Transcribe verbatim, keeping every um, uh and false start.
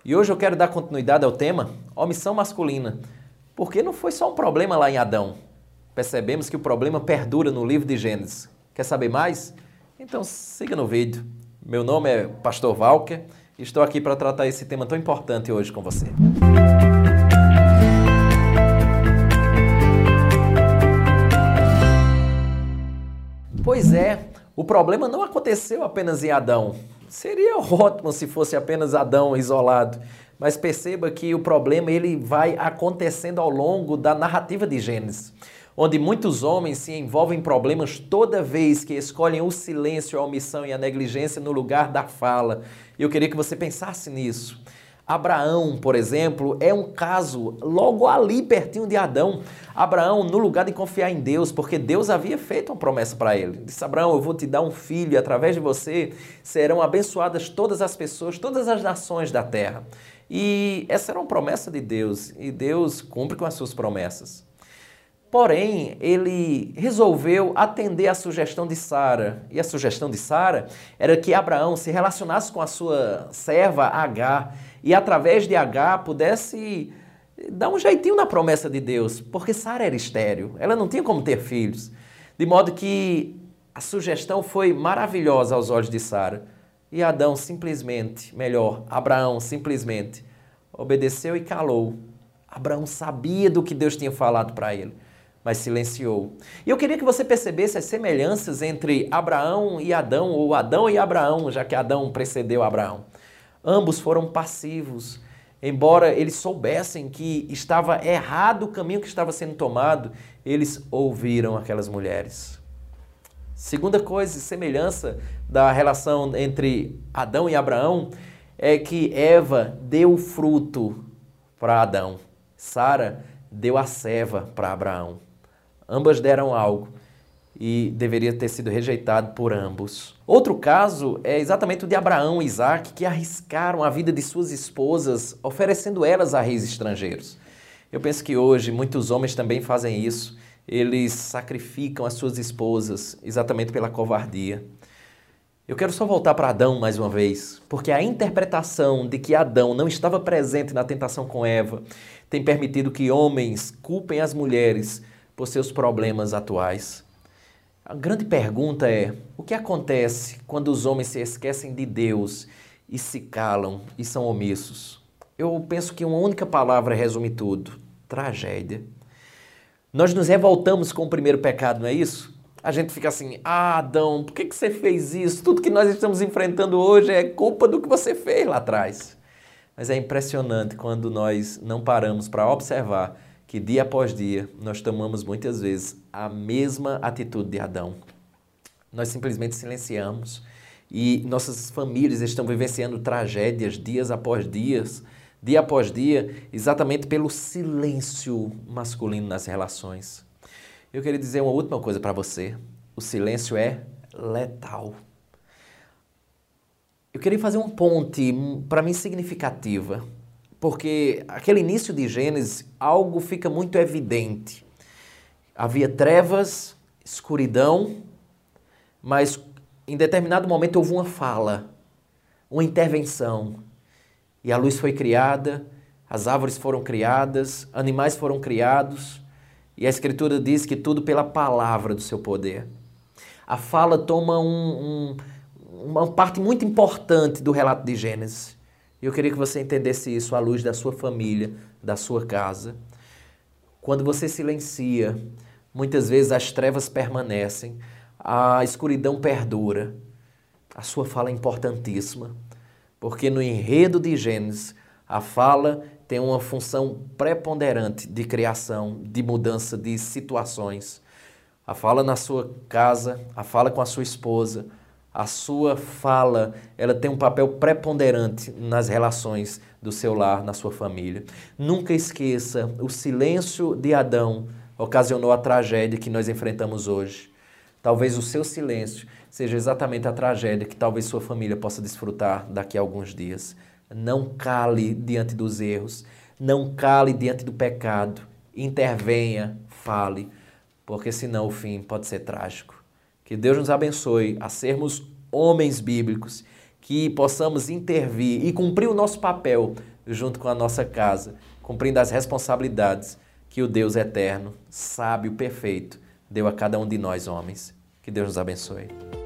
E hoje eu quero dar continuidade ao tema omissão masculina, porque não foi só um problema lá em Adão. Percebemos que o problema perdura no livro de Gênesis. Quer saber mais? Então siga no vídeo. Meu nome é Pastor Walker e estou aqui para tratar esse tema tão importante hoje com você. Pois é, o problema não aconteceu apenas em Adão. Seria ótimo se fosse apenas Adão isolado, mas perceba que o problema ele vai acontecendo ao longo da narrativa de Gênesis, onde muitos homens se envolvem em problemas toda vez que escolhem o silêncio, a omissão e a negligência no lugar da fala. Eu queria que você pensasse nisso. Abraão, por exemplo, é um caso logo ali pertinho de Adão. Abraão, no lugar de confiar em Deus, porque Deus havia feito uma promessa para ele. Disse: Abraão, eu vou te dar um filho e através de você serão abençoadas todas as pessoas, todas as nações da terra. E essa era uma promessa de Deus e Deus cumpre com as suas promessas. Porém, ele resolveu atender à sugestão de Sara. E a sugestão de Sara era que Abraão se relacionasse com a sua serva Agar e através de Agar pudesse dar um jeitinho na promessa de Deus, porque Sara era estéril, ela não tinha como ter filhos. De modo que a sugestão foi maravilhosa aos olhos de Sara. E Adão simplesmente, melhor, Abraão simplesmente obedeceu e calou. Abraão sabia do que Deus tinha falado para ele, mas silenciou. E eu queria que você percebesse as semelhanças entre Abraão e Adão, ou Adão e Abraão, já que Adão precedeu Abraão. Ambos foram passivos, embora eles soubessem que estava errado o caminho que estava sendo tomado, eles ouviram aquelas mulheres. Segunda coisa, semelhança da relação entre Adão e Abraão, é que Eva deu fruto para Adão, Sara deu a serva para Abraão. Ambas deram algo e deveria ter sido rejeitado por ambos. Outro caso é exatamente o de Abraão e Isaac, que arriscaram a vida de suas esposas, oferecendo elas a reis estrangeiros. Eu penso que hoje muitos homens também fazem isso. Eles sacrificam as suas esposas exatamente pela covardia. Eu quero só voltar para Adão mais uma vez, porque a interpretação de que Adão não estava presente na tentação com Eva tem permitido que homens culpem as mulheres por seus problemas atuais. A grande pergunta é, o que acontece quando os homens se esquecem de Deus e se calam e são omissos? Eu penso que uma única palavra resume tudo: tragédia. Nós nos revoltamos com o primeiro pecado, não é isso? A gente fica assim: ah, Adão, por que que você fez isso? Tudo que nós estamos enfrentando hoje é culpa do que você fez lá atrás. Mas é impressionante quando nós não paramos para observar que dia após dia nós tomamos muitas vezes a mesma atitude de Adão. Nós simplesmente silenciamos e nossas famílias estão vivenciando tragédias dias após dias, dia após dia, exatamente pelo silêncio masculino nas relações. Eu queria dizer uma última coisa para você: o silêncio é letal. Eu queria fazer uma ponte, para mim, significativa, porque aquele início de Gênesis, algo fica muito evidente. Havia trevas, escuridão, mas em determinado momento houve uma fala, uma intervenção. E a luz foi criada, as árvores foram criadas, animais foram criados, e a Escritura diz que tudo pela palavra do seu poder. A fala toma um, um, uma parte muito importante do relato de Gênesis. Eu queria que você entendesse isso à luz da sua família, da sua casa. Quando você silencia, muitas vezes as trevas permanecem, a escuridão perdura. A sua fala é importantíssima, porque no enredo de Gênesis, a fala tem uma função preponderante de criação, de mudança de situações. A fala na sua casa, a fala com a sua esposa, a sua fala, ela tem um papel preponderante nas relações do seu lar, na sua família. Nunca esqueça, o silêncio de Adão ocasionou a tragédia que nós enfrentamos hoje. Talvez o seu silêncio seja exatamente a tragédia que talvez sua família possa desfrutar daqui a alguns dias. Não cale diante dos erros, não cale diante do pecado, intervenha, fale, porque senão o fim pode ser trágico. Que Deus nos abençoe a sermos homens bíblicos, que possamos intervir e cumprir o nosso papel junto com a nossa casa, cumprindo as responsabilidades que o Deus eterno, sábio, perfeito, deu a cada um de nós homens. Que Deus nos abençoe.